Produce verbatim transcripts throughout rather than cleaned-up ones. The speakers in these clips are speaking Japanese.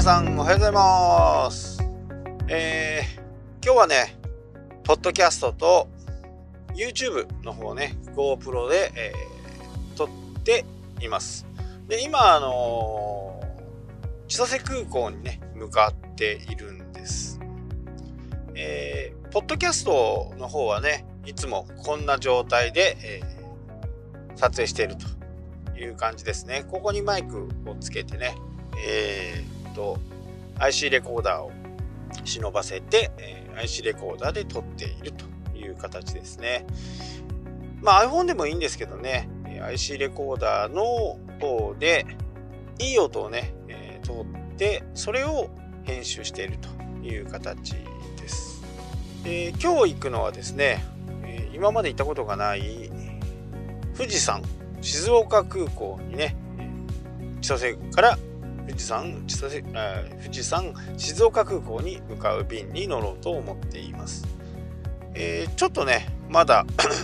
さんおはようございます。えー、今日はねポッドキャストと YouTube の方ね GoPro で、えー、撮っています。で今あのー、千歳空港にね向かっているんです。えー、ポッドキャストの方はねいつもこんな状態で、えー、撮影しているという感じですね。ここにマイクをつけてねえー、っと アイシー レコーダーを忍ばせて、えー、アイシー レコーダーで撮っているという形ですね。まあ iPhone でもいいんですけどね アイシー レコーダーの方でいい音をね、えー、撮ってそれを編集しているという形です。えー、今日行くのはですね、えー、今まで行ったことがない富士山静岡空港にね千歳から富士山千歳あ富士山静岡空港に向かう便に乗ろうと思っています。えー、ちょっとねまだ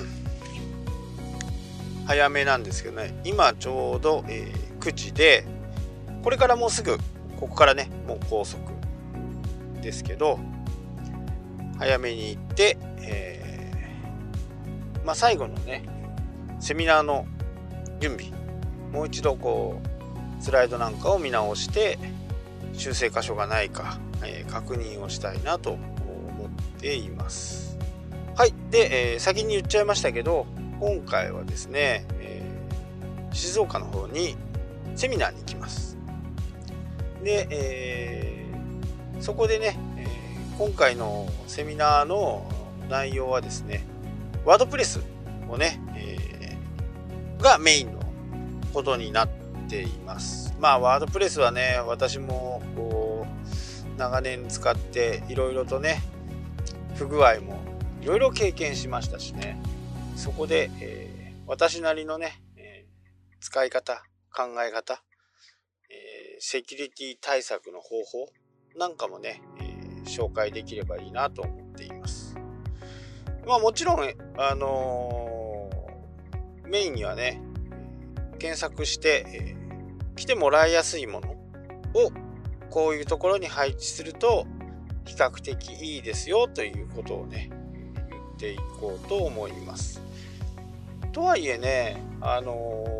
早めなんですけどね今ちょうど、えー、くじでこれからもうすぐここからねもう高速ですけど早めに行って、えー、まあ最後のねセミナーの準備もう一度こうスライドなんかを見直して修正箇所がないか、えー、確認をしたいなと思っています。はいで、えー、先に言っちゃいましたけど今回はですね、えー、静岡の方にセミナーに行きます。で、えー、そこでね、えー、今回のセミナーの内容はですねワードプレスをね、えー、がメインのことになってています。まあワードプレスはね私もこう長年使っていろいろとね不具合もいろいろ経験しましたしねそこで、えー、私なりのね、えー、使い方考え方、えー、セキュリティ対策の方法なんかもね、えー、紹介できればいいなと思っています。まあもちろんあのー、メインにはね検索して、えー、来てもらいやすいものをこういうところに配置すると比較的いいですよということをね言っていこうと思います。とはいえねあのー、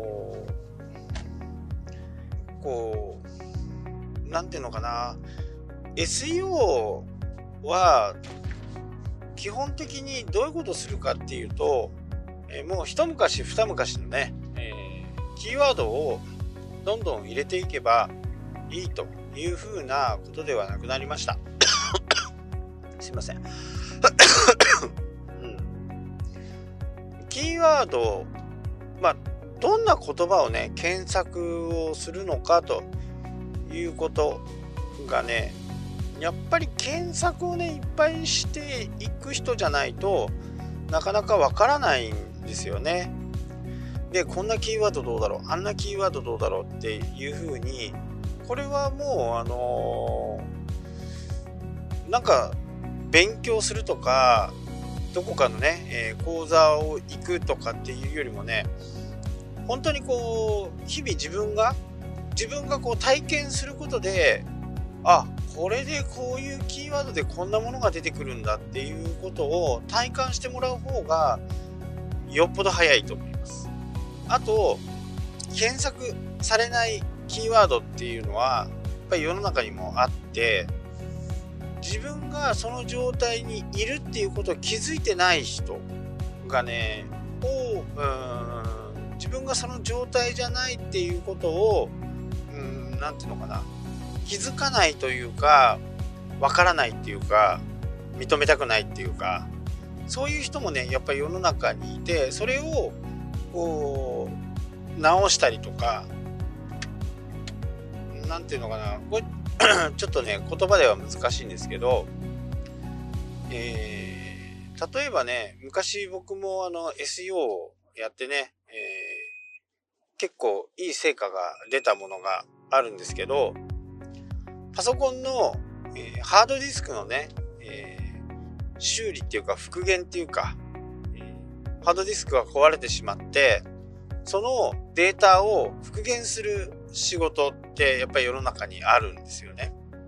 こうなんていうのかな エスイーオー は基本的にどういうことをするかっていうと、えー、もう一昔二昔のねキーワードをどんどん入れていけばいいというふうなことではなくなりましたすいません、うん、キーワードまあどんな言葉をね検索をするのかということがねやっぱり検索をねいっぱいしていく人じゃないとなかなかわからないんですよね。でこんなキーワードどうだろうあんなキーワードどうだろうっていう風にこれはもうあのー、なんか勉強するとかどこかのね、えー、講座を行くとかっていうよりもね本当にこう日々自分が自分がこう体験することであこれでこういうキーワードでこんなものが出てくるんだっていうことを体感してもらう方がよっぽど早いと思います。あと検索されないキーワードっていうのはやっぱり世の中にもあって自分がその状態にいるっていうことを気づいてない人がねをうーん自分がその状態じゃないっていうことをうーんなんていうのかな気づかないというかわからないっていうか認めたくないっていうかそういう人もねやっぱり世の中にいてそれをこう直したりとかなんていうのかなこれちょっとね言葉では難しいんですけど、えー、例えばね昔僕もあの エスイーオー をやってね、えー、結構いい成果が出たものがあるんですけどパソコンの、えー、ハードディスクのね、えー、修理っていうか復元っていうかハードディスクが壊れてしまってそのデータを復元する仕事ってやっぱり世の中にあるんですよね。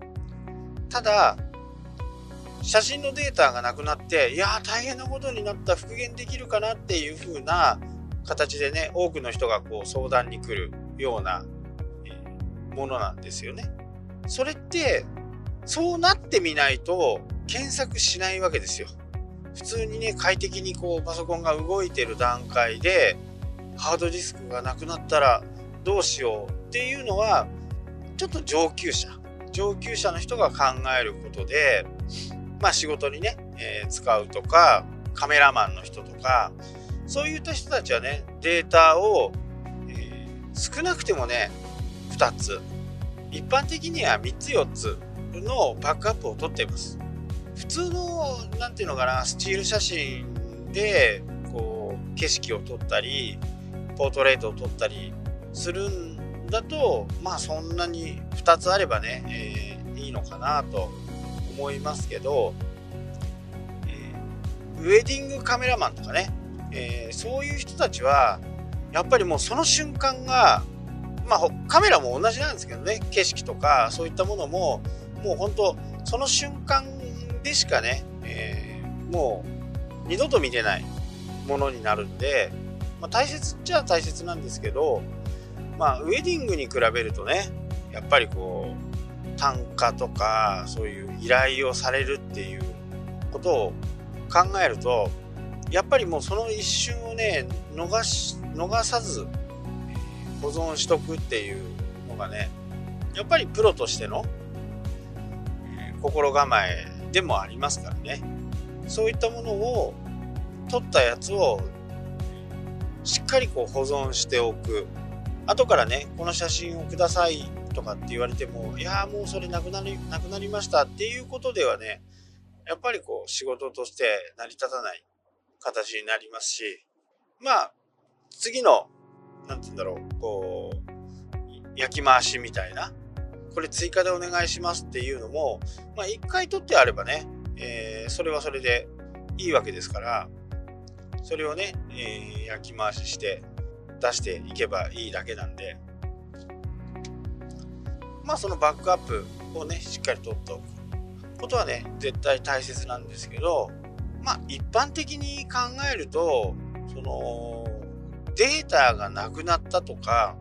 ただ写真のデータがなくなって、いやー大変なことになった、復元できるかなっていう風な形でね、多くの人がこう相談に来るような、えー、ものなんですよね。それってそうなってみないと検索しないわけですよ。普通にね、快適にこうパソコンが動いてる段階でハードディスクがなくなったらどうしようっていうのは、ちょっと上級者上級者の人が考えることで、まあ仕事にね、えー、使うとか、カメラマンの人とか、そういった人たちはね、データを、えー、少なくてもねふたつ、一般的にはみっつよっつのバックアップを取っています。普通のなんていうのかな、スチール写真でこう景色を撮ったりポートレートを撮ったりするんだと、まあそんなにふたつあればね、えー、いいのかなと思いますけど、えー、ウェディングカメラマンとかね、えー、そういう人たちはやっぱりもうその瞬間が、まあカメラも同じなんですけどね、景色とかそういったものももう本当その瞬間でしかね、えー、もう二度と見れないものになるんで、まあ、大切っちゃ大切なんですけど、まあウェディングに比べるとね、やっぱりこう単価とかそういう依頼をされるっていうことを考えると、やっぱりもうその一瞬をね逃し逃さず保存しとくっていうのがね、やっぱりプロとしての心構えでもありますからね。そういったものを撮ったやつをしっかりこう保存しておく。後からね、この写真をくださいとかって言われても、いやもうそれなくなりなくなりましたっていうことではね、やっぱりこう仕事として成り立たない形になりますし、まあ次のなんて言うんだろう、こう焼き回しみたいな、これ追加でお願いしますっていうのも、まあ一回取ってあればね、えー、それはそれでいいわけですから、それをね、えー、焼き回しして出していけばいいだけなんで、まあそのバックアップをねしっかり取っておくことはね絶対大切なんですけど、まあ一般的に考えると、そのデータがなくなったとか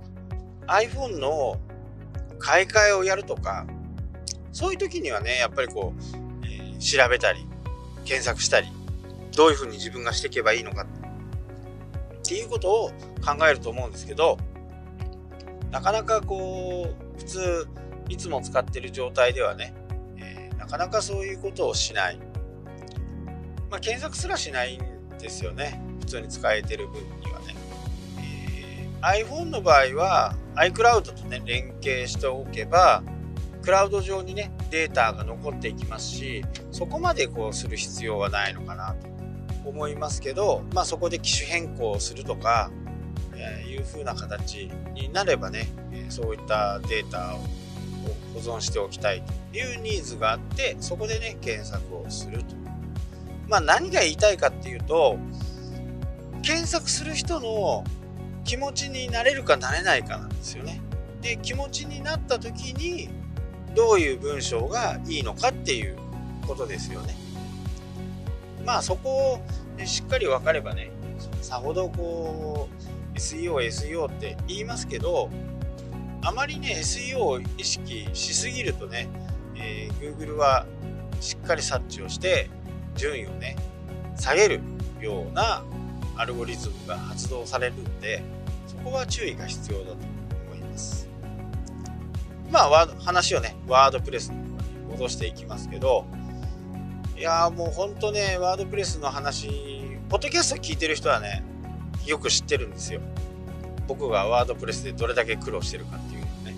iPhone の買い替えをやるとか、そういう時にはねやっぱりこう、えー、調べたり検索したり、どういうふうに自分がしていけばいいのかっていうことを考えると思うんですけど、なかなかこう普通いつも使ってる状態ではね、えー、なかなかそういうことをしない、まあ、検索すらしないんですよね、普通に使えてる分にはね。えー、iPhone の場合は iCloud とね連携しておけばクラウド上にねデータが残っていきますし、そこまでこうする必要はないのかなと思いますけど、まあそこで機種変更をするとか、えー、いう風な形になればね、えー、そういったデータを保存しておきたいというニーズがあって、そこでね検索をすると。まあ何が言いたいかっていうと、検索する人の気持ちになれるかなれないかなんですよね。で、気持ちになった時にどういう文章がいいのかっていうことですよね。まあそこをしっかり分かればね、さほどこう エスイーオー エスイーオー って言いますけど、あまりね エスイーオー を意識しすぎるとね、えー、Google はしっかり察知をして順位をね下げるようなアルゴリズムが発動されるんで、そこは注意が必要だと思います。まあワード話をねワードプレスに戻していきますけど、いやーもうほんとねワードプレスの話、ポッドキャスト聞いてる人はねよく知ってるんですよ。僕がワードプレスでどれだけ苦労してるかっていうのね。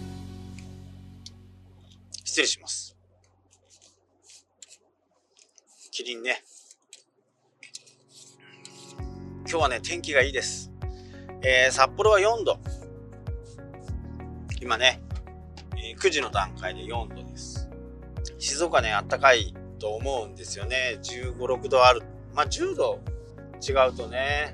失礼します。キリンね、今日はね天気がいいです。えー、札幌はよんど、今ね、えー、くじの段階でよんどです。静岡ねあったかいと思うんですよね。じゅうご、ろくどある。まあじゅうど違うとね、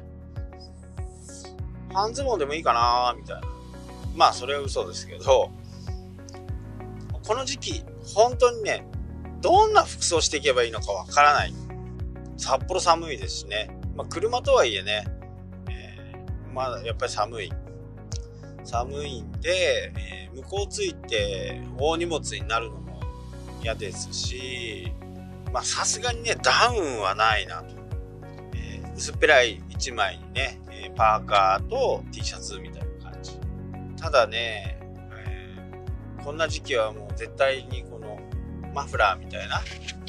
半ズボンでもいいかなみたいな。まあそれは嘘ですけど、この時期本当にねどんな服装していけばいいのかわからない。札幌寒いですしね、まあ、車とはいえね、えー、まだやっぱり寒い寒いんで、えー、向こうついて大荷物になるのも嫌ですし、まあさすがにねダウンはないなと、えー、薄っぺらいいちまいにね、えー、パーカーと T シャツみたいな感じ。ただね、えー、こんな時期はもう絶対にこのマフラーみたいな、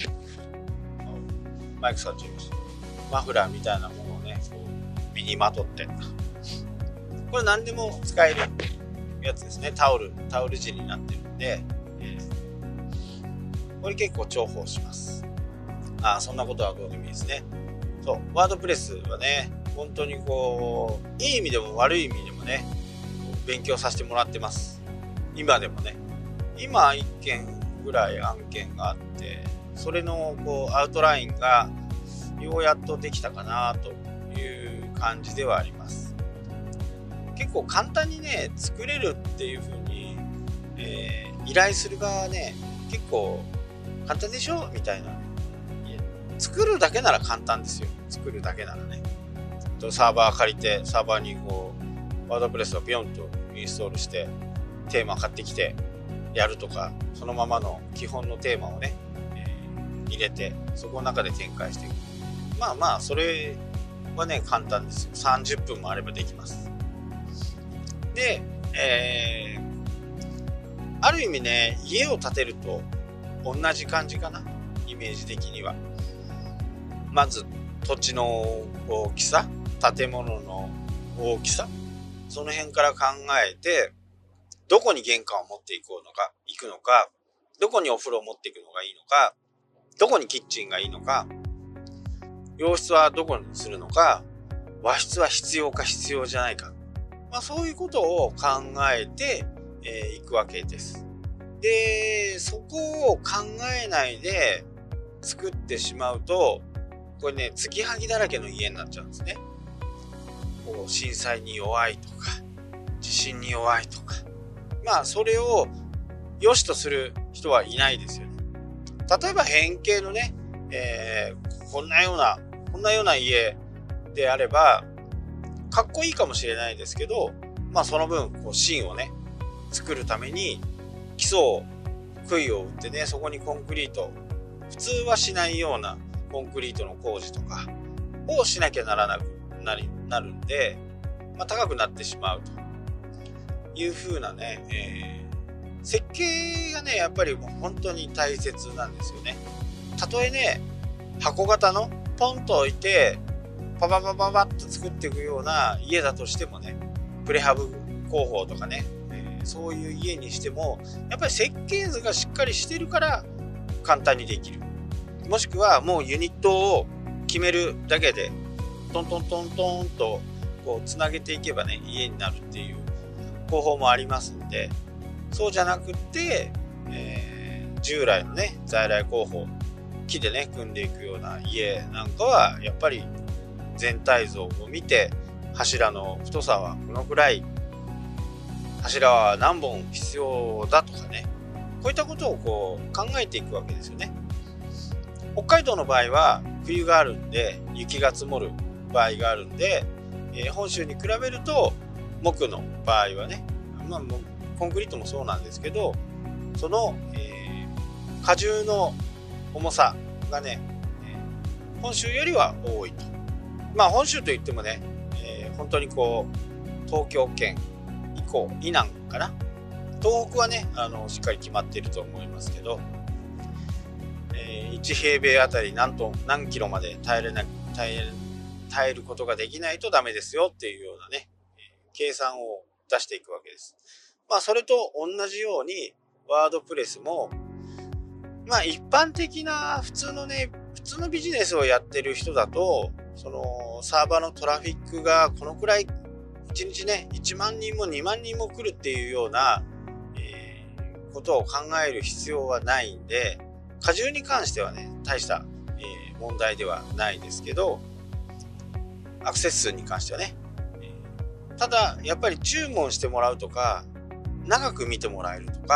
マイクさんちょいました、マフラーみたいなものをねこう身にまとって、これ何でも使えるやつですね。タオルタオル地になってるんで、えー、これ結構重宝します。あ、そんなことはどうでもいいですね。そう、ワードプレスはね本当にこういい意味でも悪い意味でもね勉強させてもらってます。今でもね、今いっけんぐらい案件があって、それのこうアウトラインがようやっとできたかなという感じではあります。結構簡単にね作れるっていう風に、えー、依頼する側はね結構簡単でしょみたいな、作るだけなら簡単ですよ。作るだけならね、サーバー借りてサーバーにこうワードプレスをビヨンとインストールしてテーマ買ってきてやるとか、そのままの基本のテーマをね、えー、入れてそこの中で展開していく。まあまあそれはね簡単ですよ。さんじゅっぷんもあればできます。で、えー、ある意味ね家を建てると同じ感じかな、イメージ的には。まず土地の大きさ、建物の大きさ、その辺から考えて、どこに玄関を持っていこうのか行くのか、どこにお風呂を持っていくのがいいのか、どこにキッチンがいいのか、洋室はどこにするのか、和室は必要か必要じゃないか、まあ、そういうことを考えてい、えー、くわけです。で、そこを考えないで作ってしまうと、これね継ぎはぎだらけの家になっちゃうんですね。こう震災に弱いとか地震に弱いとか、まあそれを良しとする人はいないですよね。例えば変形のね、えー、こんなようなこんなような家であればかっこいいかもしれないですけど、まあその分こう芯をね作るために基礎を杭を打ってね、そこにコンクリート、普通はしないようなコンクリートの工事とかをしなきゃならなくなりなるんで、まあ、高くなってしまうという風なね、えー、設計がねやっぱりもう本当に大切なんですよね。たとえね箱型のポンと置いてパパパパパッと作っていくような家だとしてもね、プレハブ工法とかね、えー、そういう家にしてもやっぱり設計図がしっかりしてるから簡単にできる。もしくはもうユニットを決めるだけでトントントントンとこうつなげていけばね家になるっていう方法もありますんで、そうじゃなくて、えー、従来のね在来工法、木でね組んでいくような家なんかはやっぱり全体像を見て、柱の太さはこのくらい、柱は何本必要だとかね、こういったことをこう考えていくわけですよね。北海道の場合は冬があるんで雪が積もる場合があるんで、えー、本州に比べると木の場合はね、まあ、コンクリートもそうなんですけど、その、えー、荷重の重さがね、えー、本州よりは多いと。まあ本州といってもね、えー、本当にこう東京圏以降以南かな、東北はねあのしっかり決まっていると思いますけど、いち平米あたり何トン何キロまで耐えれな耐え耐えることができないとダメですよっていうようなね、計算を出していくわけです。まあそれと同じようにワードプレスも、まあ一般的な普通のね普通のビジネスをやってる人だと、そのサーバーのトラフィックがこのくらいいちにちねいちまんにんもにまんにんも来るっていうような、えー、ことを考える必要はないんで、荷重に関してはね大した、えー、問題ではないですけど、アクセス数に関してはね、えー、ただやっぱり注文してもらうとか長く見てもらえるとか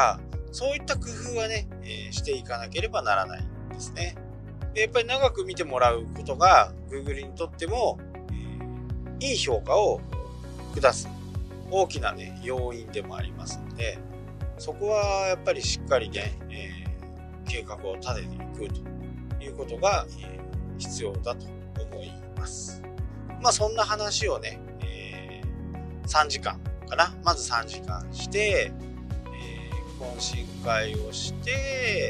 そういった工夫はね、えー、していかなければならないんですね。でやっぱり長く見てもらうことが Google にとっても、えー、いい評価を下す大きなね要因でもありますので、そこはやっぱりしっかりね、えー、計画を立てていくということが、えー、必要だと思います。まあそんな話をね、えー、さんじかんかなまずさんじかんして、えー、懇親会をして、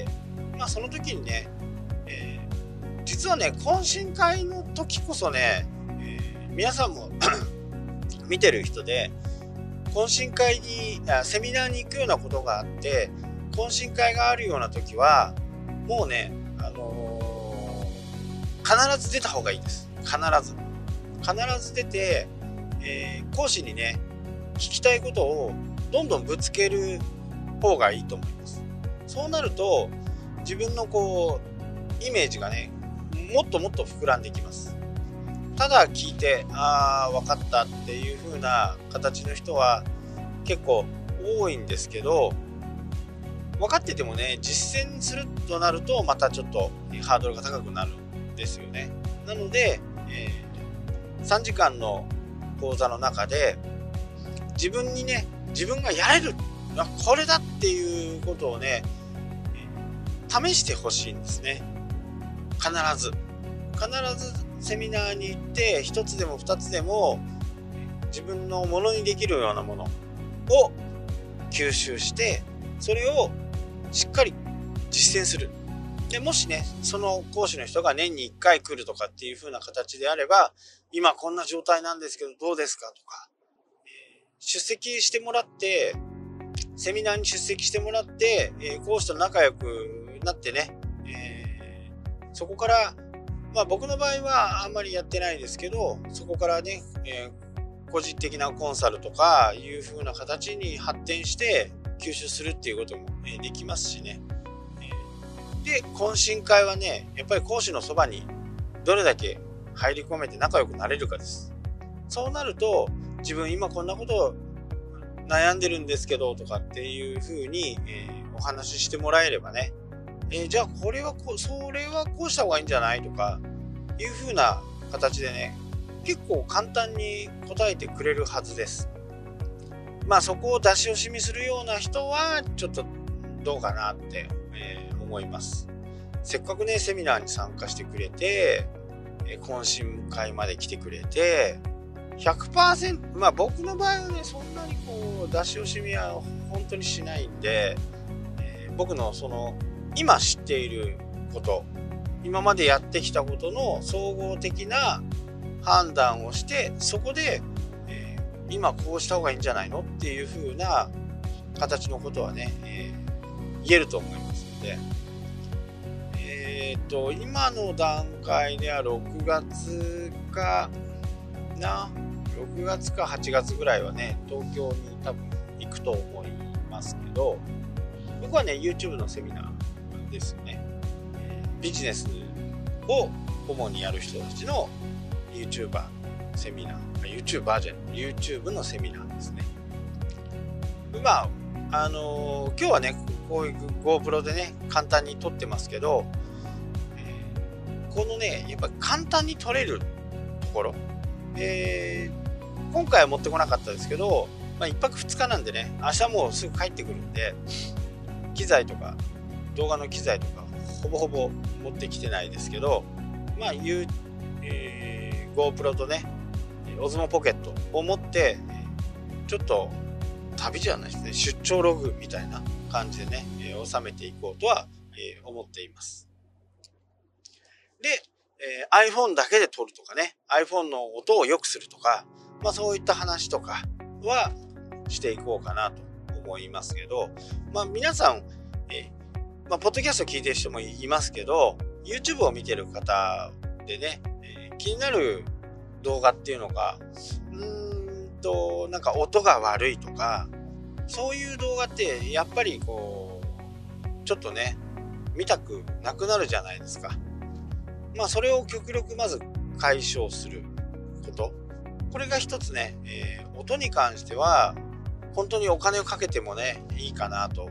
まあその時にね、えー、実はね懇親会の時こそね、えー、皆さんも見てる人で懇親会にあセミナーに行くようなことがあって懇親会があるような時はもうね、あのー、必ず出た方がいいです。必ず必ず出て、えー、講師にね聞きたいことをどんどんぶつける方がいいと思います。そうなると自分のこうイメージがねもっともっと膨らんできます。ただ聞いてああ分かったっていう風な形の人は結構多いんですけど、分かっててもね実践するとなるとまたちょっとハードルが高くなるんですよね。なので、えー、さんじかんの講座の中で自分にね自分がやれるこれだっていうことをね試してほしいんですね。必ず必ずセミナーに行って一つでも二つでも自分のものにできるようなものを吸収してそれをしっかり実践する。でもしねその講師の人が年にいっかい来るとかっていう風な形であれば今こんな状態なんですけどどうですかとか、えー、出席してもらってセミナーに出席してもらって、えー、講師と仲良くなってね、えー、そこからまあ僕の場合はあんまりやってないですけどそこからね、えー、個人的なコンサルとかいう風な形に発展して吸収するっていうことも、えー、できますしね、えー、で懇親会はねやっぱり講師のそばにどれだけ入り込めて仲良くなれるかです。そうなると自分今こんなこと悩んでるんですけどとかっていう風に、えー、お話ししてもらえればねえー、じゃあこれはこうそれはこうした方がいいんじゃないとかいう風な形でね結構簡単に答えてくれるはずです。まあそこを出し惜しみするような人はちょっとどうかなって、えー、思います。せっかくねセミナーに参加してくれて、えー、懇親会まで来てくれて ひゃくパーセント まあ僕の場合はねそんなにこう出し惜しみは本当にしないんで、えー、僕のその今知っていること今までやってきたことの総合的な判断をしてそこで、えー、今こうした方がいいんじゃないのっていう風な形のことはね、えー、言えると思いますので、えー、っと今の段階ではろくがつかなろくがつかはちがつぐらいはね東京に多分行くと思いますけど僕はね YouTube のセミナーですよね。ビジネスを主にやる人たちの YouTuber セミナー、YouTuber じゃない、YouTube のセミナーですね。まあ、あのー、今日はね、こういう GoPro でね、簡単に撮ってますけど、えー、このね、やっぱ簡単に撮れるところ、えー、今回は持ってこなかったですけど、まあ、いっぱくふつかなんでね、明日もうすぐ帰ってくるんで、機材とか、動画の機材とかほぼほぼ持ってきてないですけどまあ、えー、GoPro とね Osmo Pocket を持ってちょっと旅じゃないですね出張ログみたいな感じでね、えー、収めていこうとは、えー、思っています。で、えー、iPhone だけで撮るとかね iPhone の音を良くするとか、まあ、そういった話とかはしていこうかなと思いますけど、まあ、皆さん、えーまあ、ポッドキャスト聞いてる人もいますけど YouTube を見てる方でね、えー、気になる動画っていうのがうーんとなんか音が悪いとかそういう動画ってやっぱりこうちょっとね見たくなくなるじゃないですか。まあそれを極力まず解消することこれが一つね、えー、音に関しては本当にお金をかけてもねいいかなと思っ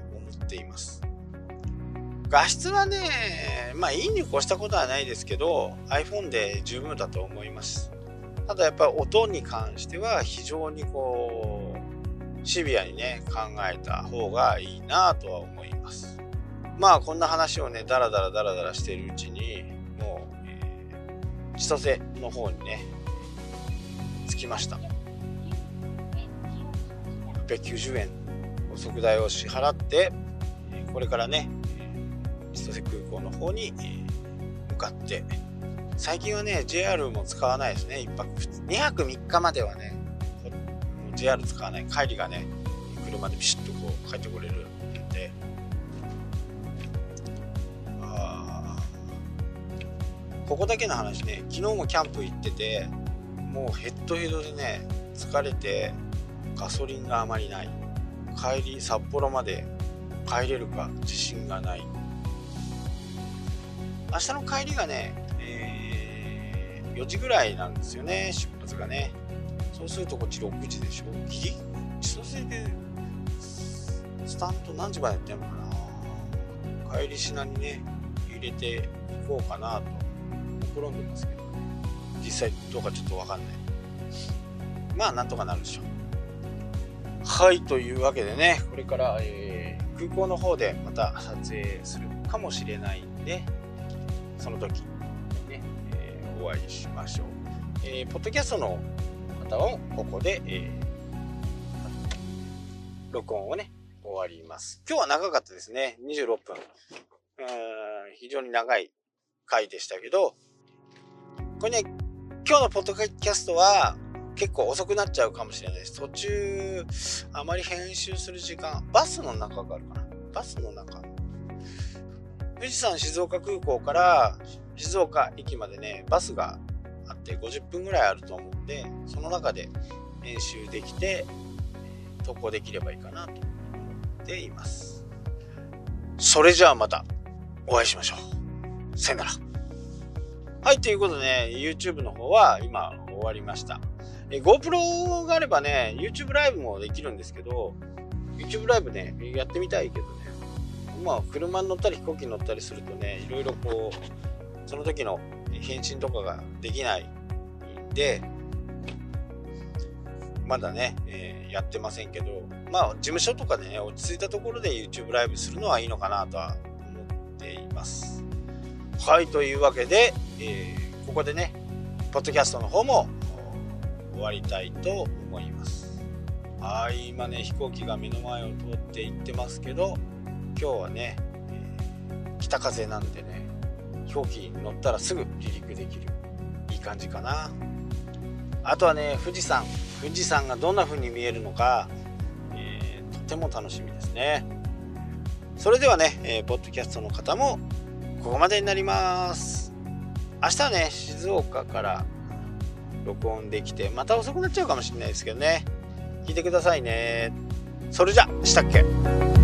っています。画質はね、まあいいに越したことはないですけど iPhone で十分だと思います。ただやっぱり音に関しては非常にこうシビアにね考えた方がいいなとは思います。まあこんな話をねダラダラダラダラしているうちにもう、えー、千歳の方にね着きました。ろっぴゃくきゅうじゅうえん高速代を支払ってこれからね千歳空港の方に向かって、最近はね ジェイアール も使わないですね。いっぱくにはくみっかまではね ジェイアール 使わない。帰りがね車でピシッとこう帰ってこれるんで、あここだけの話ね、昨日もキャンプ行っててもうヘッドヘッドでね疲れてガソリンがあまりない。帰り札幌まで帰れるか自信がない。明日の帰りがね、えー、よじぐらいなんですよね、出発がね。そうするとこっちろくじでしょ。ギリ千歳でスタント何時までやってんのかな。帰りしなにね入れていこうかなと試んでますけど、実際どうかちょっと分かんない。まあなんとかなるでしょう。はい、というわけでね、これから、えー、空港の方でまた撮影するかもしれないんで、その時ね、えー、お会いしましょう。えー、ポッドキャストの方をここで、えー、録音をね終わります。今日は長かったですね。にじゅうろっぷん。うーん、非常に長い回でしたけど、これね、今日のポッドキャストは結構遅くなっちゃうかもしれないです。途中あまり編集する時間、バスの中があるかな。バスの中。富士山静岡空港から静岡駅までねバスがあってごじゅっぷんぐらいあると思うんで、その中で編集できて投稿できればいいかなと思っています。それじゃあまたお会いしましょう。さよなら。はい、ということでね YouTube の方は今終わりました。え GoPro があればね YouTube ライブもできるんですけど、 YouTube ライブねやってみたいけどね、まあ車に乗ったり飛行機に乗ったりするとねいろいろこうその時の返信とかができないんでまだね、えー、やってませんけど、まあ事務所とかでね落ち着いたところで YouTube ライブするのはいいのかなとは思っています。はい、というわけで、えー、ここでねポッドキャストの方も終わりたいと思います。はい、今ね飛行機が目の前を通って行ってますけど、今日はね、えー、北風なんでね飛行機に乗ったらすぐ離陸できる、いい感じかな。あとはね富士山富士山がどんな風に見えるのか、えー、とても楽しみですね。それではね、えー、ポッドキャストの方もここまでになります。明日はね静岡から録音できてまた遅くなっちゃうかもしれないですけどね、聞いてくださいね。それじゃしたっけ。